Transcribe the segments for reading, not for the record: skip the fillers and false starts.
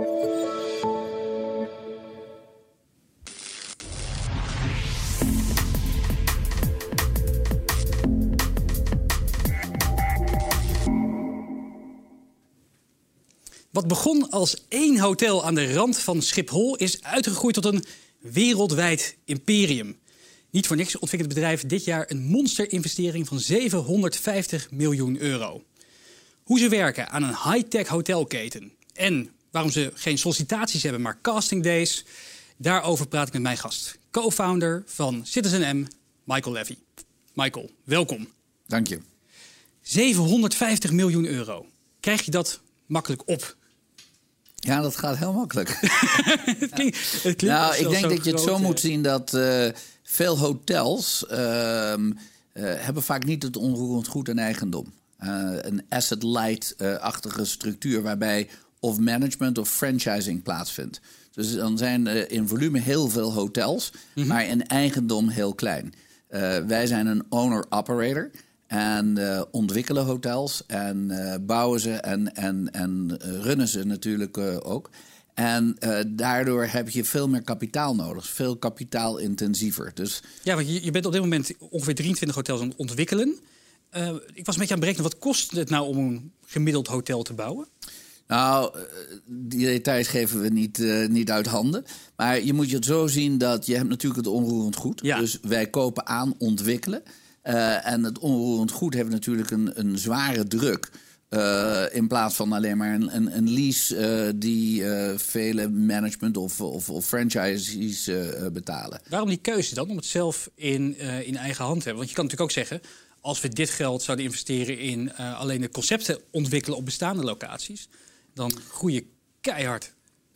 Wat begon als 1 hotel aan de rand van Schiphol is uitgegroeid tot een wereldwijd imperium. Niet voor niks ontwikkelt het bedrijf dit jaar een monsterinvestering van €750 miljoen. Hoe ze werken aan een high-tech hotelketen en waarom ze geen sollicitaties hebben, maar casting days, daarover praat ik met mijn gast. Co-founder van Citizen M, Michael Levy. Michael, welkom. Dank je. €750 miljoen. Krijg je dat makkelijk op? Ja, dat gaat heel makkelijk. Het klinkt nou, ik denk dat je het zo moet zien. zien dat veel hotels hebben vaak niet het onroerend goed en eigendom. Een asset-light-achtige structuur waarbij of management of franchising plaatsvindt. Dus dan zijn in volume heel veel hotels, maar in eigendom heel klein. Wij zijn een owner-operator en ontwikkelen hotels en bouwen ze en runnen ze natuurlijk ook. En daardoor heb je veel meer kapitaal nodig, veel kapitaalintensiever. Dus Ja, want je bent op dit moment ongeveer 23 hotels aan het ontwikkelen. Ik was een beetje aan het berekenen, wat kost het nou om een gemiddeld hotel te bouwen? Nou, die details geven we niet uit handen. Maar je moet je het zo zien dat je hebt natuurlijk het onroerend goed. Ja. Dus wij kopen aan, ontwikkelen. En het onroerend goed heeft natuurlijk een zware druk. In plaats van alleen maar een lease die vele management of franchisees betalen. Waarom die keuze dan om het zelf in eigen hand te hebben? Want je kan natuurlijk ook zeggen, als we dit geld zouden investeren in alleen de concepten ontwikkelen op bestaande locaties, dan groei je keihard.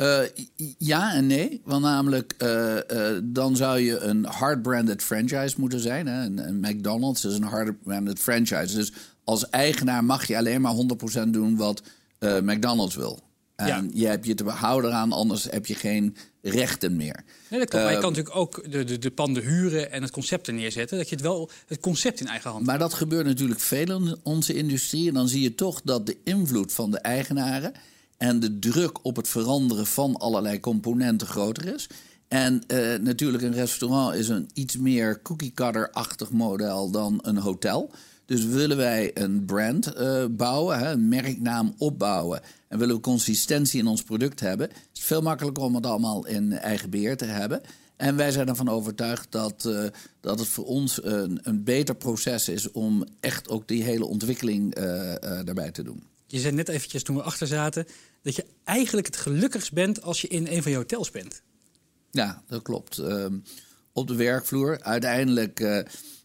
Ja en nee. Want namelijk, dan zou je een hard-branded franchise moeten zijn. Hè? Een McDonald's is een hard-branded franchise. Dus als eigenaar mag je alleen maar 100% doen wat McDonald's wil. En je hebt je te behouden aan, anders heb je geen rechten meer. Nee, dat klopt. Maar je kan natuurlijk ook de panden huren en het concept er neerzetten. Dat je het concept in eigen hand hebt. Maar dat gebeurt natuurlijk veel in onze industrie. En dan zie je toch dat de invloed van de eigenaren en de druk op het veranderen van allerlei componenten groter is. En natuurlijk een restaurant is een iets meer cookie-cutter-achtig model dan een hotel. Dus willen wij een brand bouwen, een merknaam opbouwen, en willen we consistentie in ons product hebben, is het veel makkelijker om het allemaal in eigen beheer te hebben. En wij zijn ervan overtuigd dat het voor ons een beter proces is om echt ook die hele ontwikkeling daarbij te doen. Je zei net eventjes toen we achter zaten dat je eigenlijk het gelukkigst bent als je in een van je hotels bent. Ja, dat klopt. Op de werkvloer. Uiteindelijk,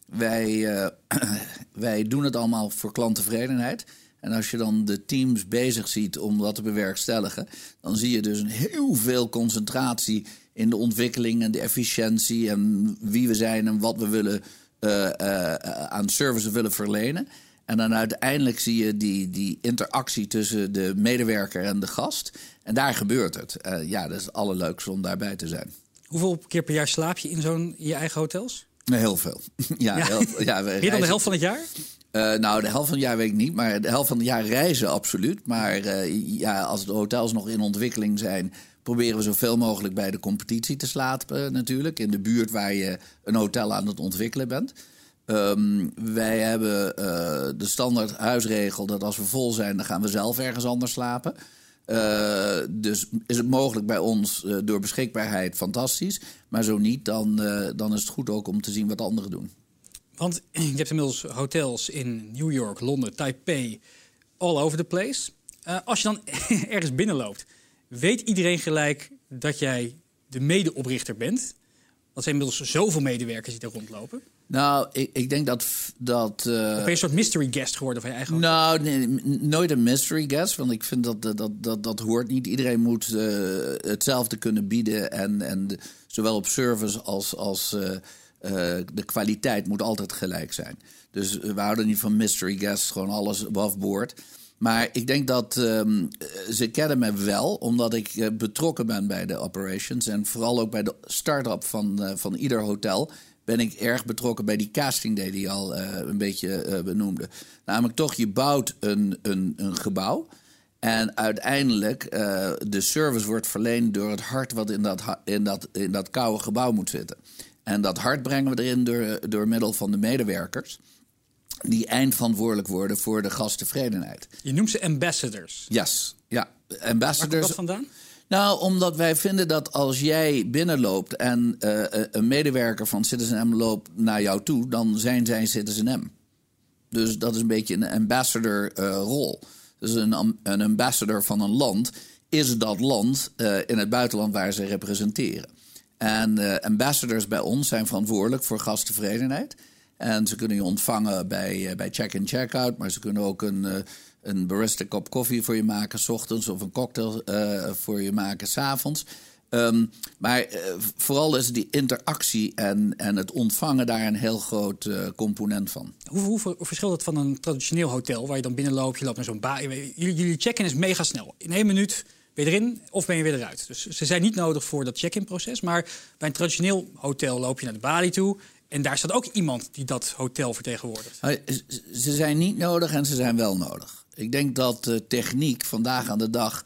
wij doen het allemaal voor klanttevredenheid. En als je dan de teams bezig ziet om dat te bewerkstelligen, dan zie je dus een heel veel concentratie in de ontwikkeling en de efficiëntie en wie we zijn en wat we willen aan services willen verlenen. En dan uiteindelijk zie je die interactie tussen de medewerker en de gast. En daar gebeurt het. Ja, dat is het allerleukste om daarbij te zijn. Hoeveel keer per jaar slaap je in je eigen hotels? Heel veel. Meer dan de helft van het jaar? Nou, de helft van het jaar weet ik niet. Maar de helft van het jaar reizen absoluut. Maar als de hotels nog in ontwikkeling zijn, proberen we zoveel mogelijk bij de competitie te slapen natuurlijk. In de buurt waar je een hotel aan het ontwikkelen bent. Wij hebben de standaard huisregel dat als we vol zijn, dan gaan we zelf ergens anders slapen. Dus is het mogelijk bij ons door beschikbaarheid fantastisch. Maar zo niet, dan is het goed ook om te zien wat anderen doen. Want je hebt inmiddels hotels in New York, Londen, Taipei, all over the place. Als je dan ergens binnenloopt, weet iedereen gelijk dat jij de medeoprichter bent? Dat zijn inmiddels zoveel medewerkers die daar rondlopen. Nou, ik denk dat Of ben je een soort mystery guest geworden van je eigen hotel? Nou, nee, nooit een mystery guest. Want ik vind dat hoort niet. Iedereen moet hetzelfde kunnen bieden. En zowel op service als de kwaliteit moet altijd gelijk zijn. Dus we houden niet van mystery guests. Gewoon alles above board. Maar ik denk dat ze kennen me wel, omdat ik betrokken ben bij de operations. En vooral ook bij de start-up van ieder hotel ben ik erg betrokken bij die casting day die je al een beetje benoemde. Namelijk toch, je bouwt een gebouw En uiteindelijk, de service wordt verleend door het hart wat in dat koude gebouw moet zitten. En dat hart brengen we erin door middel van de medewerkers, die eindverantwoordelijk worden voor de gasttevredenheid. Je noemt ze ambassadors. Yes, ja. Ambassadors. Waar komt dat vandaan? Nou, omdat wij vinden dat als jij binnenloopt en een medewerker van Citizen M loopt naar jou toe, dan zijn zij Citizen M. Dus dat is een beetje een ambassador-rol. Dus een ambassador van een land is dat land in het buitenland waar ze representeren. En ambassadors bij ons zijn verantwoordelijk voor gasttevredenheid. En ze kunnen je ontvangen bij check-in, check-out, maar ze kunnen ook een barista kop koffie voor je maken 's ochtends of een cocktail voor je maken 's avonds. Maar vooral is die interactie en het ontvangen daar een heel groot component van. Hoe verschilt het van een traditioneel hotel waar je dan binnenloopt, je loopt naar zo'n bar. Jullie check-in is mega snel. In 1 minuut ben je erin of ben je weer eruit. Dus ze zijn niet nodig voor dat check-in proces. Maar bij een traditioneel hotel loop je naar de balie toe. En daar staat ook iemand die dat hotel vertegenwoordigt. Ze zijn niet nodig en ze zijn wel nodig. Ik denk dat techniek vandaag aan de dag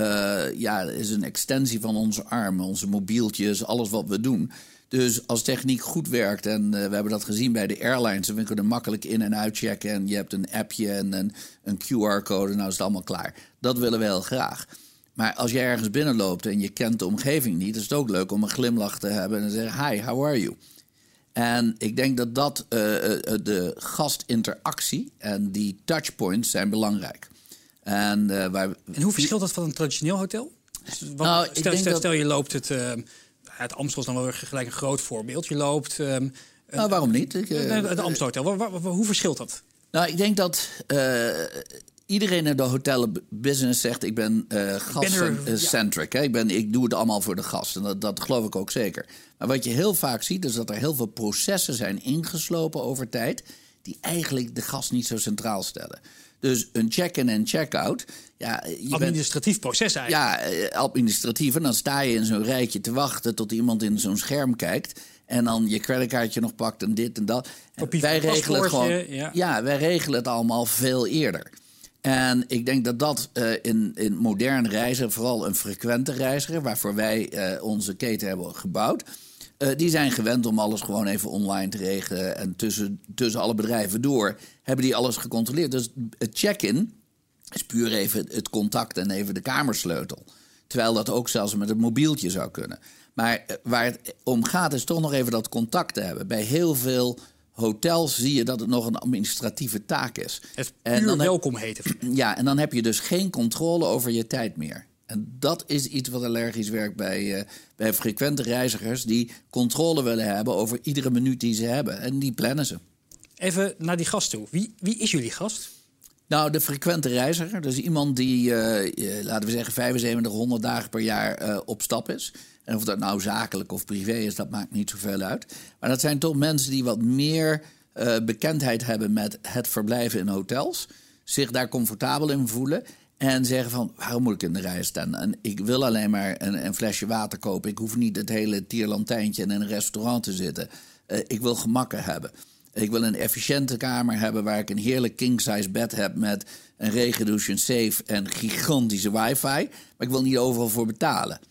is een extensie van onze armen, onze mobieltjes, alles wat we doen. Dus als techniek goed werkt, en we hebben dat gezien bij de airlines, we kunnen makkelijk in- en uitchecken en je hebt een appje en een QR-code, nou is het allemaal klaar. Dat willen we heel graag. Maar als je ergens binnenloopt en je kent de omgeving niet, is het ook leuk om een glimlach te hebben en te zeggen, hi, how are you? En ik denk dat de gastinteractie en die touchpoints zijn belangrijk. En hoe verschilt dat van een traditioneel hotel? Dus, stel je loopt het Amstel is dan wel weer gelijk een groot voorbeeld. Je loopt... waarom niet? Het Amstelhotel. Hoe verschilt dat? Nou, ik denk dat iedereen in de hotelbusiness zegt, ik ben gast-centric. Ik doe het allemaal voor de gast. En dat geloof ik ook zeker. Maar wat je heel vaak ziet, is dat er heel veel processen zijn ingeslopen over tijd die eigenlijk de gast niet zo centraal stellen. Dus een check-in en check-out. Ja, administratief proces eigenlijk. Ja, administratief. En dan sta je in zo'n rijtje te wachten tot iemand in zo'n scherm kijkt. En dan je creditcardje nog pakt en dit en dat. En wij regelen het gewoon. Ja, wij regelen het allemaal veel eerder. En ik denk dat in modern reizen, vooral een frequente reiziger, waarvoor wij onze keten hebben gebouwd, die zijn gewend om alles gewoon even online te regelen. En tussen alle bedrijven door hebben die alles gecontroleerd. Dus het check-in is puur even het contact en even de kamersleutel. Terwijl dat ook zelfs met een mobieltje zou kunnen. Maar waar het om gaat is toch nog even dat contact te hebben. Bij heel veel hotels zie je dat het nog een administratieve taak is. Het puur welkom heten. Ja, en dan heb je dus geen controle over je tijd meer. En dat is iets wat allergisch werkt bij frequente reizigers die controle willen hebben over iedere minuut die ze hebben. En die plannen ze. Even naar die gast toe. Wie is jullie gast? Nou, de frequente reiziger. Dus iemand die, laten we zeggen, 7500 dagen per jaar op stap is. En of dat nou zakelijk of privé is, dat maakt niet zoveel uit. Maar dat zijn toch mensen die wat meer bekendheid hebben met het verblijven in hotels. Zich daar comfortabel in voelen. En zeggen van, waarom moet ik in de rij staan? En ik wil alleen maar een flesje water kopen. Ik hoef niet het hele tierlantijntje in een restaurant te zitten. Ik wil gemakken hebben. Ik wil een efficiënte kamer hebben waar ik een heerlijk king-size bed heb met een regendouche, een safe en gigantische wifi. Maar ik wil niet overal voor betalen.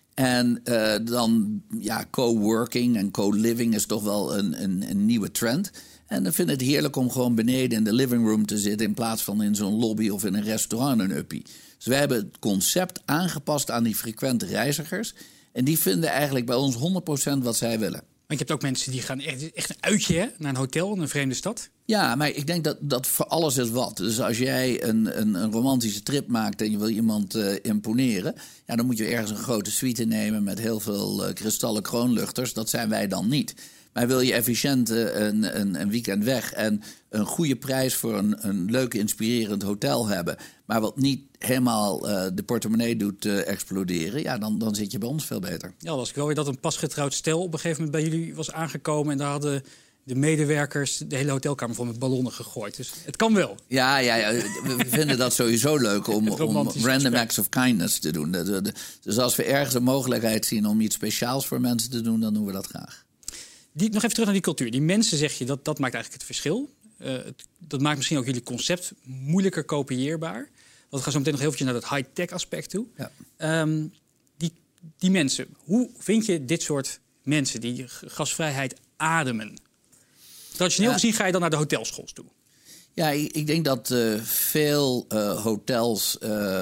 En dan, co-working en co-living is toch wel een nieuwe trend. En dan vind ik het heerlijk om gewoon beneden in de living room te zitten in plaats van in zo'n lobby of in een restaurant een uppie. Dus wij hebben het concept aangepast aan die frequente reizigers. En die vinden eigenlijk bij ons 100% wat zij willen. Want je hebt ook mensen die gaan echt een uitje naar een hotel in een vreemde stad. Ja, maar ik denk dat voor alles is wat. Dus als jij een romantische trip maakt en je wil iemand imponeren, ja, dan moet je ergens een grote suite nemen met heel veel kristallen kroonluchters. Dat zijn wij dan niet. Maar wil je efficiënt een weekend weg en een goede prijs voor een leuk, inspirerend hotel hebben, maar wat niet helemaal de portemonnee doet exploderen, ja, dan zit je bij ons veel beter. Ja, was ik wel weer dat een pasgetrouwd stel op een gegeven moment bij jullie was aangekomen en daar hadden de medewerkers de hele hotelkamer vol met ballonnen gegooid. Dus het kan wel. Ja, we vinden dat sowieso leuk om random acts of kindness te doen. Dus als we ergens een mogelijkheid zien om iets speciaals voor mensen te doen, dan doen we dat graag. Nog even terug naar die cultuur. Die mensen, zeg je, dat maakt eigenlijk het verschil. Dat maakt misschien ook jullie concept moeilijker kopieerbaar. we gaan zo meteen nog heel eventjes naar dat high-tech aspect toe. Ja. Die mensen, hoe vind je dit soort mensen die gasvrijheid ademen? Traditioneel gezien ga je dan naar de hotelschool toe. Ja, ik denk dat veel hotels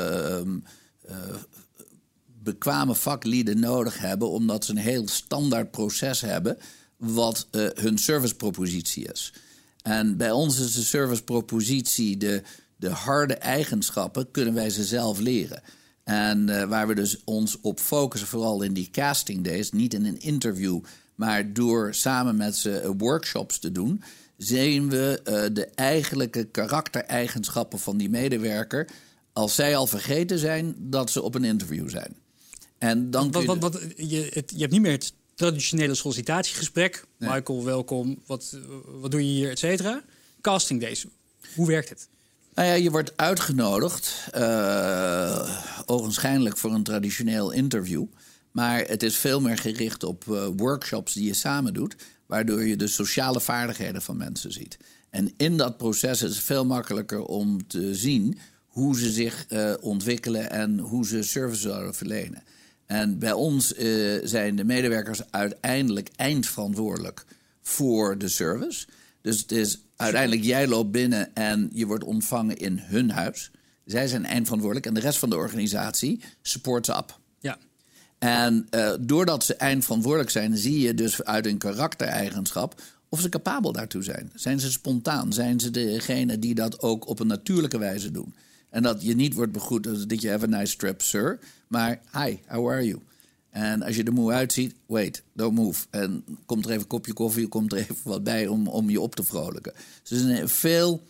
bekwame vaklieden nodig hebben, omdat ze een heel standaard proces hebben wat hun servicepropositie is. En bij ons is de servicepropositie de harde eigenschappen, kunnen wij ze zelf leren. En waar we dus ons op focussen, vooral in die casting days, niet in een interview, maar door samen met ze workshops te doen, zien we de eigenlijke karaktereigenschappen van die medewerker, als zij al vergeten zijn dat ze op een interview zijn. En dan je hebt niet meer het traditionele sollicitatiegesprek. Nee. Michael, welkom. Wat doe je hier, et cetera. Casting days. Hoe werkt het? Nou ja, je wordt uitgenodigd, ogenschijnlijk voor een traditioneel interview. Maar het is veel meer gericht op workshops die je samen doet, waardoor je de sociale vaardigheden van mensen ziet. En in dat proces is het veel makkelijker om te zien hoe ze zich ontwikkelen en hoe ze service zouden verlenen. En bij ons zijn de medewerkers uiteindelijk eindverantwoordelijk voor de service. Dus het is uiteindelijk, jij loopt binnen en je wordt ontvangen in hun huis. Zij zijn eindverantwoordelijk en de rest van de organisatie support ze up. Ja. En doordat ze eindverantwoordelijk zijn, zie je dus uit een karaktereigenschap of ze capabel daartoe zijn. Zijn ze spontaan? Zijn ze degene die dat ook op een natuurlijke wijze doen? En dat je niet wordt begroet als did you have a nice trip, sir? Maar hi, how are you? En als je er moe uitziet, wait, don't move. En komt er even een kopje koffie, komt er even wat bij om je op te vrolijken. Dus het is veel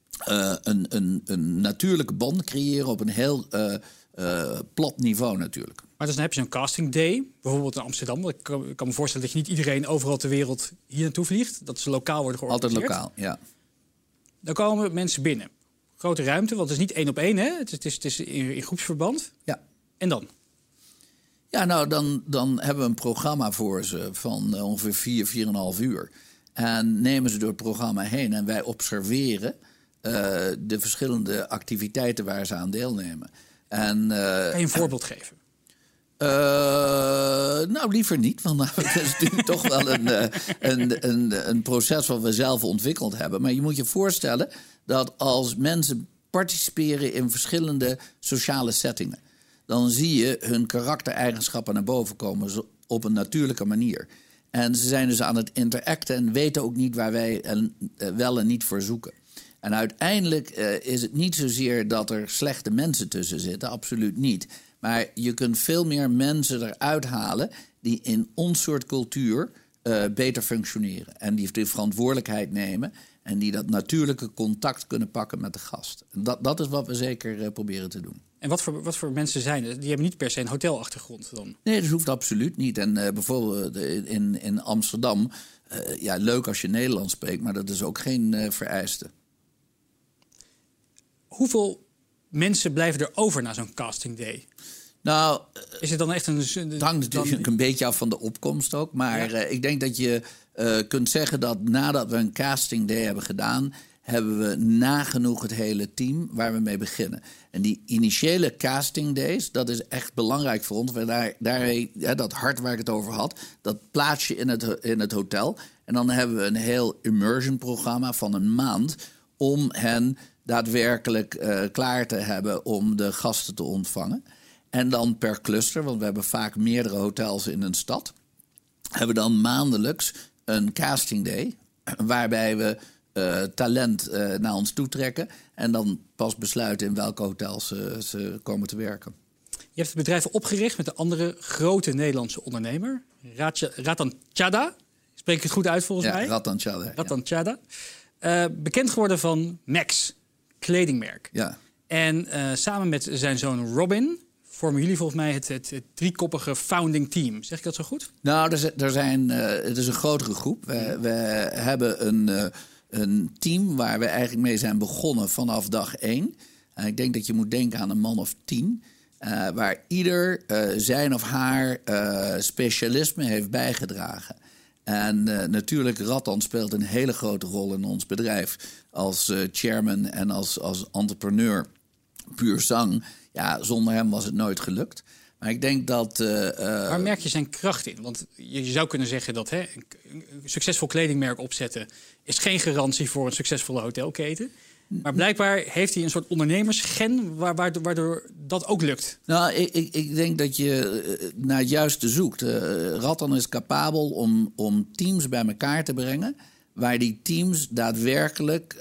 een natuurlijke band creëren op een heel plat niveau natuurlijk. Maar dus dan heb je zo'n casting day, bijvoorbeeld in Amsterdam. Ik kan me voorstellen dat je niet iedereen overal ter wereld hier naartoe vliegt. Dat ze lokaal worden georganiseerd. Altijd lokaal, ja. Dan komen mensen binnen. Grote ruimte, want het is niet 1 op 1, hè? Het is in groepsverband. Ja. En dan? Ja, nou, dan hebben we een programma voor ze van ongeveer 4,5 uur. En nemen ze door het programma heen en wij observeren de verschillende activiteiten waar ze aan deelnemen. En, kan je een voorbeeld geven? Nou, liever niet, want het is natuurlijk toch wel een proces wat we zelf ontwikkeld hebben. Maar je moet je voorstellen dat als mensen participeren in verschillende sociale settingen, dan zie je hun karaktereigenschappen naar boven komen op een natuurlijke manier. En ze zijn dus aan het interacten en weten ook niet waar wij wel en niet voor zoeken. En uiteindelijk is het niet zozeer dat er slechte mensen tussen zitten, absoluut niet. Maar je kunt veel meer mensen eruit halen die in ons soort cultuur beter functioneren. En die de verantwoordelijkheid nemen en die dat natuurlijke contact kunnen pakken met de gast. Dat is wat we zeker proberen te doen. En wat voor mensen zijn het? Die hebben niet per se een hotelachtergrond dan? Nee, dat hoeft absoluut niet. En bijvoorbeeld in Amsterdam, ja, leuk als je Nederlands spreekt, maar dat is ook geen vereiste. Hoeveel mensen blijven er over na zo'n casting day? Nou, is het dan echt een? Het hangt natuurlijk een beetje af van de opkomst ook. Maar ja, ik denk dat je kunt zeggen dat nadat we een casting day hebben gedaan, hebben we nagenoeg het hele team waar we mee beginnen. En die initiële casting days, dat is echt belangrijk voor ons. Dat hart waar ik het over had, dat plaats je in het hotel. En dan hebben we een heel immersion programma van een maand om hen daadwerkelijk klaar te hebben om de gasten te ontvangen. En dan per cluster, want we hebben vaak meerdere hotels in een stad, hebben we dan maandelijks een casting day, waarbij we talent naar ons toe trekken en dan pas besluiten in welke hotels ze komen te werken. Je hebt het bedrijf opgericht met een andere grote Nederlandse ondernemer, Ratan Tata. Spreek ik het goed uit volgens mij? Ratan Tata. Ratan Tata. Bekend geworden van Max, kledingmerk. Ja. En samen met zijn zoon Robin vormen jullie volgens mij het driekoppige founding team. Zeg ik dat zo goed? Nou, het is een grotere groep. We hebben een team waar we eigenlijk mee zijn begonnen vanaf dag 1. Ik denk dat je moet denken aan een man of 10. Waar ieder zijn of haar specialisme heeft bijgedragen. En natuurlijk, Ratan speelt een hele grote rol in ons bedrijf als chairman en als entrepreneur. puur zang. Ja, zonder hem was het nooit gelukt. Maar ik denk dat... Waar merk je zijn kracht in? Want je zou kunnen zeggen dat een succesvol kledingmerk opzetten is geen garantie voor een succesvolle hotelketen. Maar blijkbaar heeft hij een soort ondernemersgen waardoor dat ook lukt. Nou, ik denk dat je naar het juiste zoekt. Rattan is capabel om teams bij elkaar te brengen, waar die teams daadwerkelijk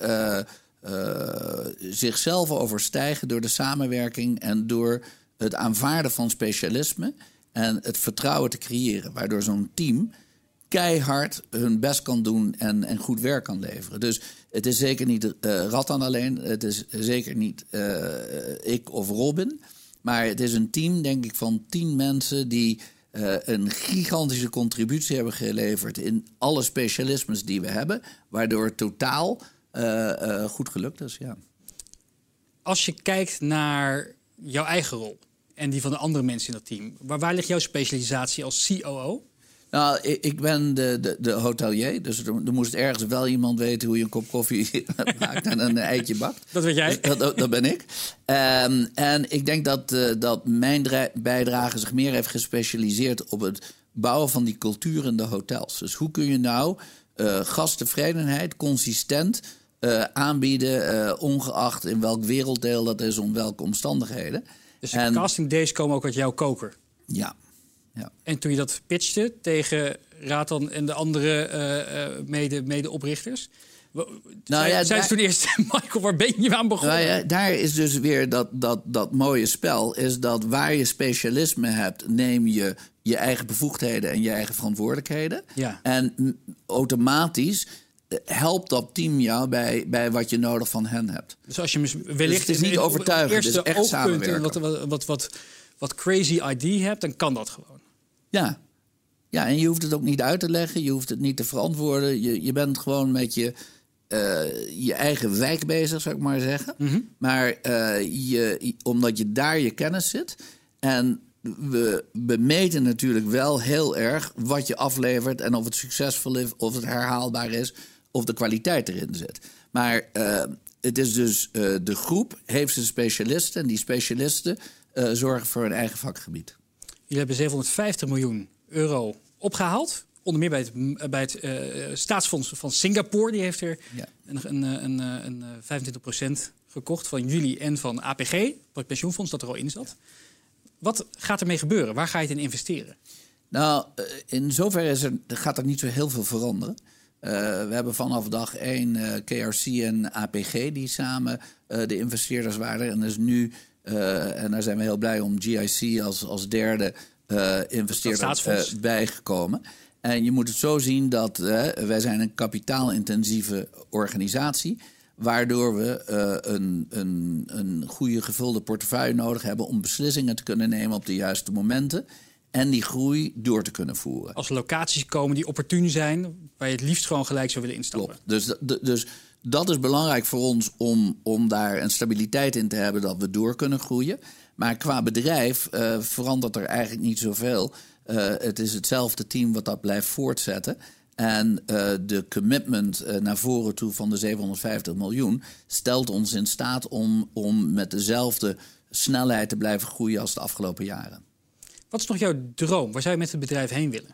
zichzelf overstijgen door de samenwerking en door het aanvaarden van specialisme en het vertrouwen te creëren. Waardoor zo'n team keihard hun best kan doen en goed werk kan leveren. Dus het is zeker niet Rattan alleen. Het is zeker niet ik of Robin. Maar het is een team, denk ik, van 10 mensen die een gigantische contributie hebben geleverd in alle specialismes die we hebben. Waardoor het totaal goed gelukt is, ja. Als je kijkt naar jouw eigen rol en die van de andere mensen in dat team, waar ligt jouw specialisatie als COO? Nou, ik ben de hotelier, dus er moest ergens wel iemand weten hoe je een kop koffie maakt en een eitje bakt. Dat weet jij. Dus dat ben ik. En ik denk dat mijn bijdrage zich meer heeft gespecialiseerd op het bouwen van die cultuur in de hotels. Dus hoe kun je nou gasttevredenheid consistent aanbieden, ongeacht in welk werelddeel dat is, om welke omstandigheden. Dus de casting days komen ook uit jouw koker? Ja. Ja. En toen je dat pitchte tegen Rattan en de andere mede-oprichters, zei ze toen eerst, Michael, waar ben je aan begonnen? Nou ja, daar is dus weer dat mooie spel, is dat waar je specialisme hebt, neem je je eigen bevoegdheden en je eigen verantwoordelijkheden. Ja. En automatisch helpt dat team jou bij wat je nodig van hen hebt. Dus als je wellicht dus het is niet overtuigend, het is echt samenwerken. Wat crazy ID hebt, dan kan dat gewoon. Ja, en je hoeft het ook niet uit te leggen. Je hoeft het niet te verantwoorden. Je bent gewoon met je eigen wijk bezig, zou ik maar zeggen. Mm-hmm. Maar omdat je daar je kennis zit. En we meten natuurlijk wel heel erg wat je aflevert en of het succesvol is, of het herhaalbaar is, of de kwaliteit erin zit. Maar het is dus de groep heeft zijn specialisten en die specialisten zorgen voor hun eigen vakgebied. Jullie hebben 750 miljoen euro opgehaald. Onder meer bij het staatsfonds van Singapore. Die heeft er een 25% gekocht van jullie en van APG, het pensioenfonds dat er al in zat. Wat gaat ermee gebeuren? Waar ga je het in investeren? Nou, in zoverre gaat er niet zo heel veel veranderen. We hebben vanaf dag 1 KRC en APG die samen de investeerders waren. En is nu, en daar zijn we heel blij om, GIC als derde investeerder bijgekomen. En je moet het zo zien dat wij zijn een kapitaalintensieve organisatie, waardoor we een goede gevulde portefeuille nodig hebben om beslissingen te kunnen nemen op de juiste momenten en die groei door te kunnen voeren. Als locaties komen die opportun zijn, waar je het liefst gewoon gelijk zou willen instappen. Klopt. Dus dat is belangrijk voor ons om daar een stabiliteit in te hebben dat we door kunnen groeien. Maar qua bedrijf verandert er eigenlijk niet zoveel. Het is hetzelfde team wat dat blijft voortzetten. En de commitment naar voren toe van de 750 miljoen stelt ons in staat om met dezelfde snelheid te blijven groeien als de afgelopen jaren. Wat is nog jouw droom? Waar zou je met het bedrijf heen willen?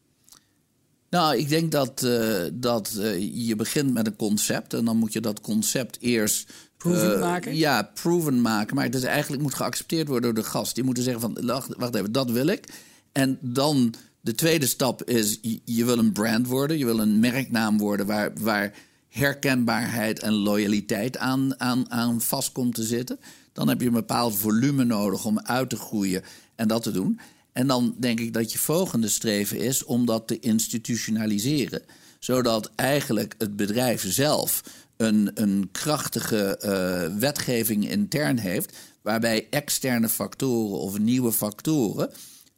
Nou, ik denk dat je begint met een concept. En dan moet je dat concept eerst proven maken? Ja, proven maken. Maar het is eigenlijk moet geaccepteerd worden door de gast. Die moeten zeggen van, wacht even, dat wil ik. En dan de tweede stap is, je wil een brand worden. Je wil een merknaam worden waar herkenbaarheid en loyaliteit aan vast komt te zitten. Dan heb je een bepaald volume nodig om uit te groeien en dat te doen. En dan denk ik dat je volgende streven is om dat te institutionaliseren. Zodat eigenlijk het bedrijf zelf een krachtige wetgeving intern heeft, waarbij externe factoren of nieuwe factoren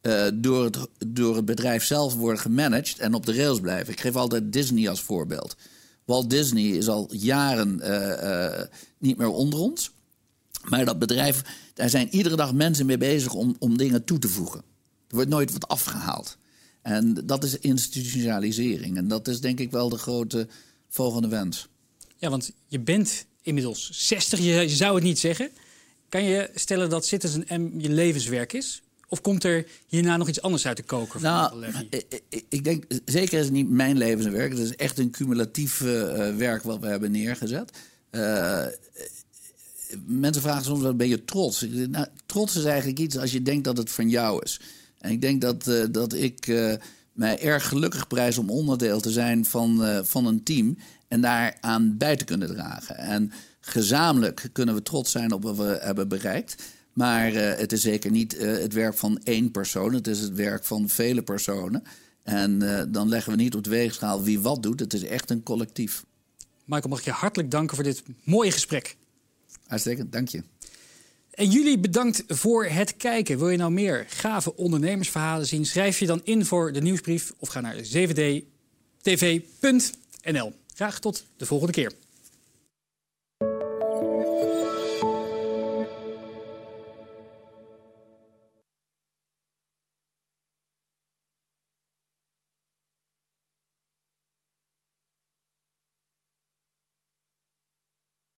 door het bedrijf zelf worden gemanaged en op de rails blijven. Ik geef altijd Disney als voorbeeld. Walt Disney is al jaren niet meer onder ons. Maar dat bedrijf, daar zijn iedere dag mensen mee bezig om dingen toe te voegen. Er wordt nooit wat afgehaald. En dat is institutionalisering. En dat is denk ik wel de grote volgende wens. Ja, want je bent inmiddels 60, je zou het niet zeggen. Kan je stellen dat Citizen M je levenswerk is? Of komt er hierna nog iets anders uit de koker? Nou, ik denk, zeker is het niet mijn levenswerk. Het is echt een cumulatief werk wat we hebben neergezet. Mensen vragen soms, wat ben je trots? Nou, trots is eigenlijk iets als je denkt dat het van jou is. En ik denk dat ik mij erg gelukkig prijs om onderdeel te zijn van een team en daaraan bij te kunnen dragen. En gezamenlijk kunnen we trots zijn op wat we hebben bereikt. Maar het is zeker niet het werk van één persoon. Het is het werk van vele personen. En dan leggen we niet op de weegschaal wie wat doet. Het is echt een collectief. Michael, mag ik je hartelijk danken voor dit mooie gesprek. Uitstekend, dank je. En jullie bedankt voor het kijken. Wil je nou meer gave ondernemersverhalen zien? Schrijf je dan in voor de nieuwsbrief of ga naar 7dtv.nl. Graag tot de volgende keer.